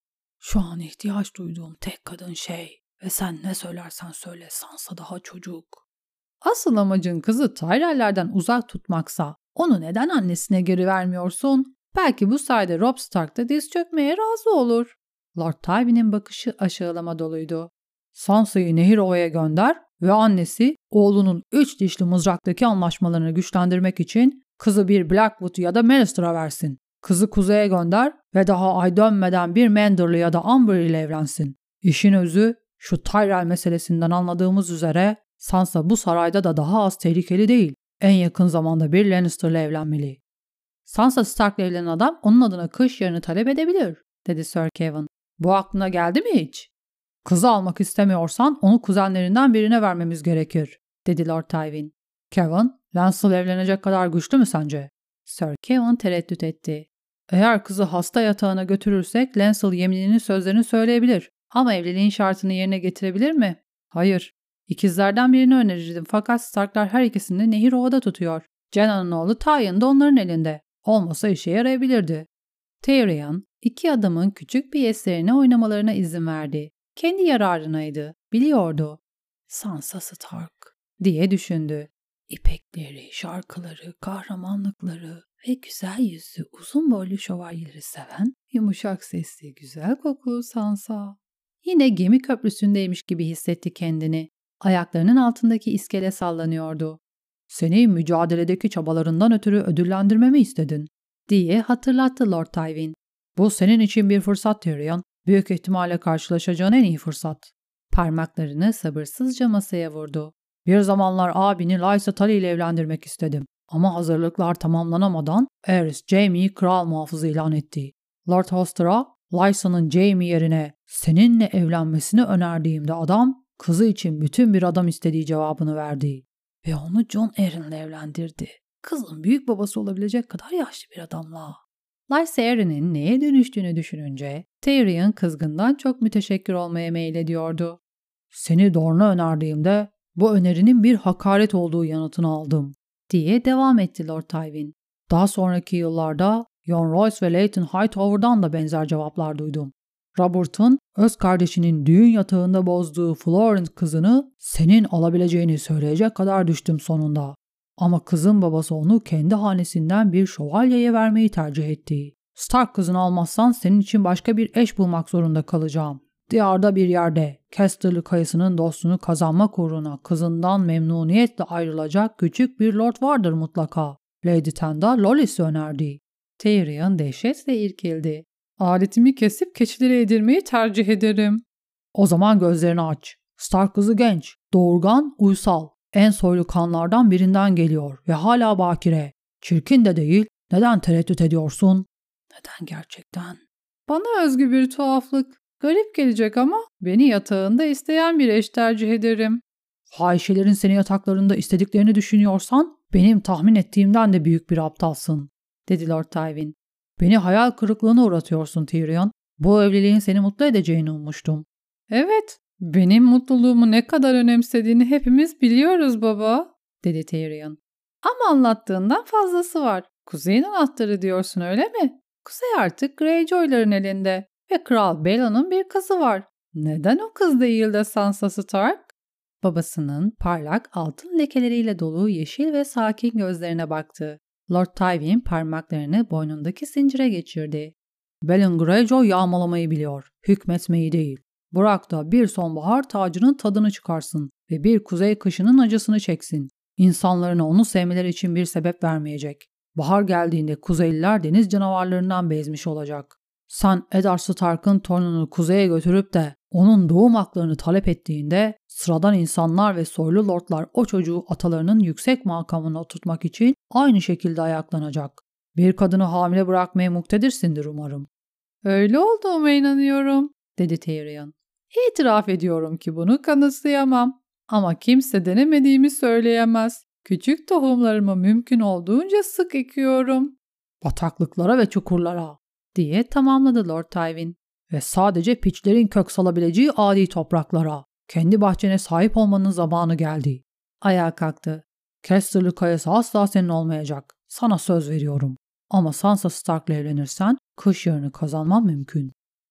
Şu an ihtiyaç duyduğum tek kadın ve sen ne söylersen söyle Sansa daha çocuk. Asıl amacın kızı Tyrell'lerden uzak tutmaksa onu neden annesine geri vermiyorsun? Belki bu sayede Robb Stark da diz çökmeye razı olur. Lord Tywin'in bakışı aşağılama doluydu. Sansa'yı Nehirova'ya gönder ve annesi oğlunun 3 dişli mızraktaki anlaşmalarını güçlendirmek için kızı bir Blackwood ya da Lannister'a versin. Kızı kuzeye gönder ve daha ay dönmeden bir Manderly ya da Amber ile evlensin. İşin özü şu Tyrell meselesinden anladığımız üzere Sansa bu sarayda da daha az tehlikeli değil. En yakın zamanda bir Lannister'la evlenmeli. Sansa Stark'la evlenen adam onun adına kış yarını talep edebilir, dedi Sir Kevan. Bu aklına geldi mi hiç? Kızı almak istemiyorsan onu kuzenlerinden birine vermemiz gerekir, dedi Lord Tywin. Kevan, Lancel evlenecek kadar güçlü mü sence? Sir Kevan tereddüt etti. Eğer kızı hasta yatağına götürürsek Lancel yemininin sözlerini söyleyebilir. Ama evliliğin şartını yerine getirebilir mi? Hayır. İkizlerden birini önerirdim fakat Starklar her ikisini de Nehirova'da tutuyor. Jenna'nın oğlu Tywin de onların elinde. Olmasa işe yarayabilirdi. Tyrion, iki adamın küçük bir eserine oynamalarına izin verdi. Kendi yararınaydı, biliyordu. Sansa Stark diye düşündü. İpekleri, şarkıları, kahramanlıkları ve güzel yüzlü, uzun boylu şövalyeleri seven, yumuşak sesli, güzel kokulu Sansa. Yine gemi köprüsündeymiş gibi hissetti kendini. Ayaklarının altındaki iskele sallanıyordu. Seni mücadeledeki çabalarından ötürü ödüllendirmemi istedin, diye hatırlattı Lord Tywin. Bu senin için bir fırsat Tyrion. Büyük ihtimalle karşılaşacağın en iyi fırsat. Parmaklarını sabırsızca masaya vurdu. Bir zamanlar abini Lysa Tully ile evlendirmek istedim. Ama hazırlıklar tamamlanamadan Aerys Jaime'yi kral muhafızı ilan etti. Lord Hoster'a Lysa'nın Jaime yerine seninle evlenmesini önerdiğimde adam kızı için bütün bir adam istediği cevabını verdi. Ve onu Jon Arryn'le evlendirdi. Kızın büyük babası olabilecek kadar yaşlı bir adamla. Lysa Arryn'in neye dönüştüğünü düşününce Tyrion kızgından çok müteşekkir olmaya meylediyordu. Seni Dorne'a önerdiğimde bu önerinin bir hakaret olduğu yanıtını aldım, diye devam etti Lord Tywin. Daha sonraki yıllarda Jon Royce ve Leyton Hightower'dan da benzer cevaplar duydum. Robert'ın öz kardeşinin düğün yatağında bozduğu Florent kızını senin alabileceğini söyleyecek kadar düştüm sonunda. Ama kızın babası onu kendi hanesinden bir şövalyeye vermeyi tercih etti. Stark kızını almazsan senin için başka bir eş bulmak zorunda kalacağım. Diyarda bir yerde Casterly kayısının dostunu kazanmak uğruna kızından memnuniyetle ayrılacak küçük bir lord vardır mutlaka. Lady Tenda Lollis'i önerdi. Tyrion dehşetle irkildi. Aletimi kesip keçilere yedirmeyi tercih ederim. O zaman gözlerini aç. Stark kızı genç, doğurgan, uysal. En soylu kanlardan birinden geliyor ve hala bakire. Çirkin de değil. Neden tereddüt ediyorsun? Neden gerçekten? Bana özgü bir tuhaflık. Garip gelecek ama beni yatağında isteyen bir eş tercih ederim. Fahişelerin seni yataklarında istediklerini düşünüyorsan benim tahmin ettiğimden de büyük bir aptalsın, dedi Lord Tywin. Beni hayal kırıklığına uğratıyorsun Tyrion. Bu evliliğin seni mutlu edeceğini ummuştum. Evet, benim mutluluğumu ne kadar önemsediğini hepimiz biliyoruz baba, dedi Tyrion. Ama anlattığından fazlası var. Kuzeyin anahtarı diyorsun öyle mi? Kuzey artık Greyjoy'ların elinde ve Kral Bella'nın bir kızı var. Neden o kız değil de Sansa Stark? Babasının parlak altın lekeleriyle dolu yeşil ve sakin gözlerine baktı. Lord Tywin parmaklarını boynundaki zincire geçirdi. Balon Greyjoy yağmalamayı biliyor, hükmetmeyi değil. Bırak da bir sonbahar tacının tadını çıkarsın ve bir kuzey kışının acısını çeksin. İnsanlarına onu sevmeleri için bir sebep vermeyecek. Bahar geldiğinde Kuzeyliler deniz canavarlarından bezmiş olacak. Sen Eddard Stark'ın torununu kuzeye götürüp de onun doğum haklarını talep ettiğinde sıradan insanlar ve soylu lordlar o çocuğu atalarının yüksek makamına oturtmak için aynı şekilde ayaklanacak. Bir kadını hamile bırakmaya muktedirsindir umarım. Öyle olduğuma inanıyorum, dedi Tyrion. İtiraf ediyorum ki bunu kanıtlayamam. Ama kimse denemediğimi söyleyemez. Küçük tohumlarımı mümkün olduğunca sık ekiyorum. Bataklıklara ve çukurlara, diye tamamladı Lord Tywin. Ve sadece piçlerin kök salabileceği adi topraklara. Kendi bahçene sahip olmanın zamanı geldi. Ayağa kalktı. Casterly kayası asla senin olmayacak. Sana söz veriyorum. Ama Sansa Stark'la evlenirsen kış yarını kazanman mümkün.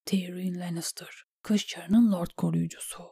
Tyrion Lannister, Kış Çarı'nın Lord koruyucusu.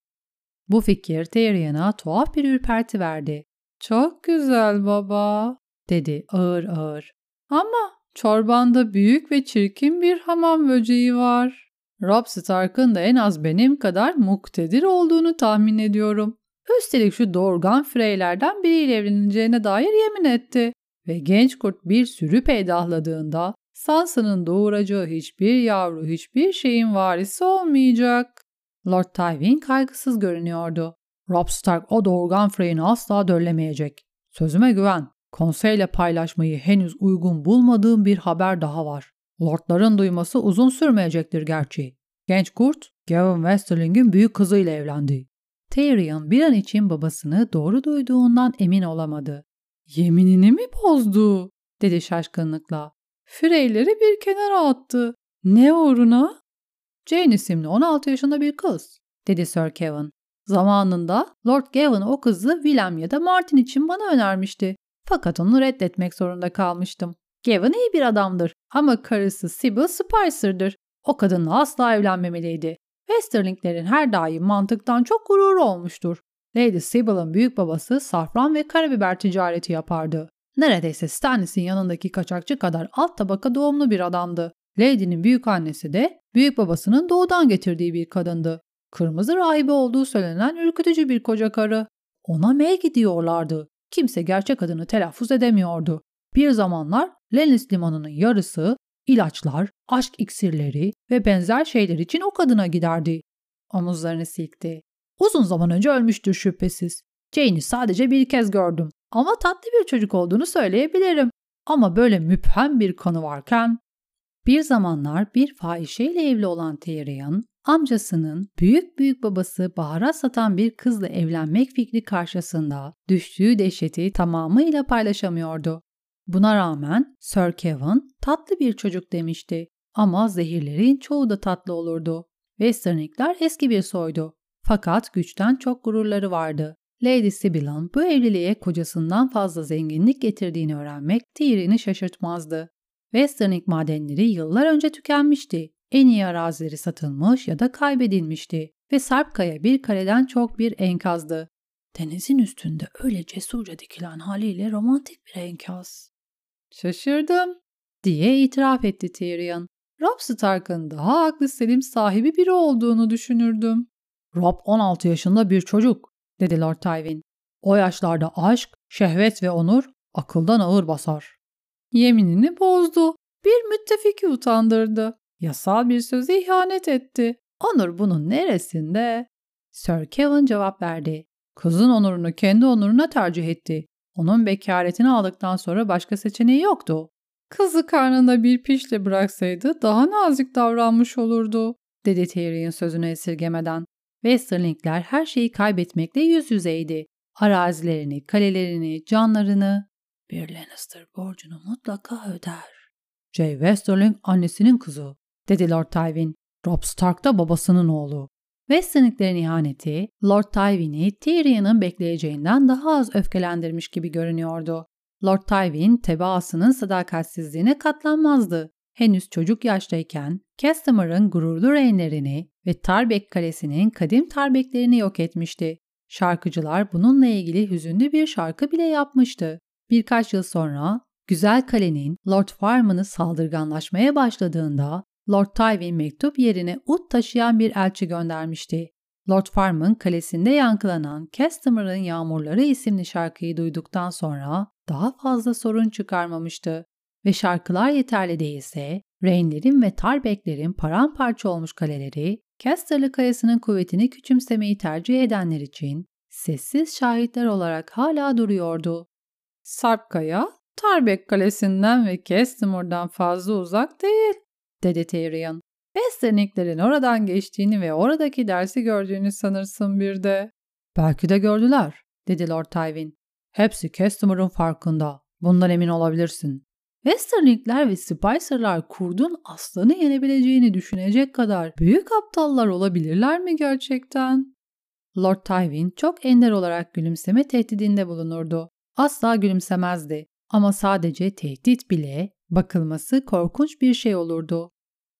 Bu fikir Tyrion'a tuhaf bir ürperti verdi. Çok güzel baba, dedi ağır ağır. Ama çorbanda büyük ve çirkin bir hamam böceği var. Robb Stark'ın da en az benim kadar muktedir olduğunu tahmin ediyorum. Üstelik şu doğurgan Freylerden biriyle evleneceğine dair yemin etti. Ve genç kurt bir sürü peydahladığında Sansa'nın doğuracağı hiçbir yavru hiçbir şeyin varisi olmayacak. Lord Tywin kaygısız görünüyordu. Robb Stark o doğurgan Frey'ini asla döllemeyecek. Sözüme güven. Konseyle paylaşmayı henüz uygun bulmadığım bir haber daha var. Lordların duyması uzun sürmeyecektir gerçi. Genç kurt, Gavin Westerling'in büyük kızıyla evlendi. Tyrion bir an için babasını doğru duyduğundan emin olamadı. Yeminini mi bozdu? Dedi şaşkınlıkla. Freyleri bir kenara attı. Ne uğruna? Jane isimli 16 yaşında bir kız, dedi Sir Kevan. Zamanında Lord Gavin o kızı William ya da Martin için bana önermişti. Fakat onu reddetmek zorunda kalmıştım. Gavin iyi bir adamdır ama karısı Sybil Spicer'dır. O kadınla asla evlenmemeliydi. Westerlinglerin her daim mantıktan çok gururu olmuştur. Lady Sybil'ın büyük babası safran ve karabiber ticareti yapardı. Neredeyse Stannis'in yanındaki kaçakçı kadar alt tabaka doğumlu bir adamdı. Lady'nin büyük annesi de büyük babasının doğudan getirdiği bir kadındı. Kırmızı rahibe olduğu söylenen ürkütücü bir koca karı. Ona Maggie diyorlardı. Kimse gerçek adını telaffuz edemiyordu. Bir zamanlar Lennis limanının yarısı ilaçlar, aşk iksirleri ve benzer şeyler için o kadına giderdi. Omuzlarını silkti. Uzun zaman önce ölmüştür şüphesiz. Jane'i sadece bir kez gördüm ama tatlı bir çocuk olduğunu söyleyebilirim. Ama böyle müphem bir kanı varken... Bir zamanlar bir fahişeyle evli olan Tyrion, amcasının büyük babası baharat satan bir kızla evlenmek fikri karşısında düştüğü dehşeti tamamıyla paylaşamıyordu. Buna rağmen Sir Kevan tatlı bir çocuk demişti ama zehirlerin çoğu da tatlı olurdu. Westernlikler eski bir soydu. Fakat güçten çok gururları vardı. Lady Sybill'ın bu evliliğe kocasından fazla zenginlik getirdiğini öğrenmek Tyrion'u şaşırtmazdı. Westerling madenleri yıllar önce tükenmişti. En iyi arazileri satılmış ya da kaybedilmişti ve Sarpkaya bir kaleden çok bir enkazdı. Denizin üstünde öyle cesurca dikilen haliyle romantik bir enkaz. Şaşırdım, diye itiraf etti Tyrion. Robb Stark'ın daha aklı selim sahibi biri olduğunu düşünürdüm. Robb 16 yaşında bir çocuk, dedi Lord Tywin. O yaşlarda aşk, şehvet ve onur akıldan ağır basar. Yeminini bozdu. Bir müttefiki utandırdı. Yasal bir söze ihanet etti. Onur bunun neresinde? Sir Kevan cevap verdi. Kızın onurunu kendi onuruna tercih etti. Onun bekaretini aldıktan sonra başka seçeneği yoktu. Kızı karnında bir pişle bıraksaydı daha nazik davranmış olurdu, dedi Tyrion sözünü esirgemeden. Westerlingler her şeyi kaybetmekle yüz yüzeydi. Arazilerini, kalelerini, canlarını. Bir Lannister borcunu mutlaka öder. Jae Westerling annesinin kızı, dedi Lord Tywin. Robb Stark da babasının oğlu. Westerlinglerin ihaneti Lord Tywin'i Tyrion'un bekleyeceğinden daha az öfkelendirmiş gibi görünüyordu. Lord Tywin tebaasının sadakatsizliğine katlanmazdı. Henüz çocuk yaştayken Castamer'ın gururlu reynlerini ve Tarbek Kalesi'nin kadim Tarbeklerini yok etmişti. Şarkıcılar bununla ilgili hüzünlü bir şarkı bile yapmıştı. Birkaç yıl sonra güzel kalenin Lord Farman'ı saldırganlaşmaya başladığında Lord Tywin mektup yerine ut taşıyan bir elçi göndermişti. Lord Farman kalesinde yankılanan Castamer'ın Yağmurları isimli şarkıyı duyduktan sonra daha fazla sorun çıkarmamıştı. Ve şarkılar yeterli değilse Reynlerin ve Tarbeklerin paramparça olmuş kaleleri Casterly Kayası'nın kuvvetini küçümsemeyi tercih edenler için sessiz şahitler olarak hala duruyordu. Sarpkaya, Tarbek Kalesi'nden ve Castamer'dan fazla uzak değil, dedi Tyrion. Westerlinglerin oradan geçtiğini ve oradaki dersi gördüğünü sanırsın bir de. Belki de gördüler, dedi Lord Tywin. Hepsi Castamer'ın farkında. Bundan emin olabilirsin. Westerlingler ve Spicer'lar kurdun aslanı yenebileceğini düşünecek kadar büyük aptallar olabilirler mi gerçekten? Lord Tywin çok ender olarak gülümseme tehdidinde bulunurdu. Asla gülümsemezdi ama sadece tehdit bile bakılması korkunç bir şey olurdu.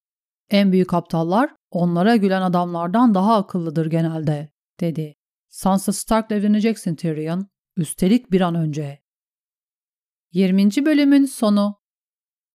En büyük aptallar onlara gülen adamlardan daha akıllıdır genelde, dedi. Sansa Stark'la evleneceksin Tyrion. Üstelik bir an önce. 20. bölümün sonu.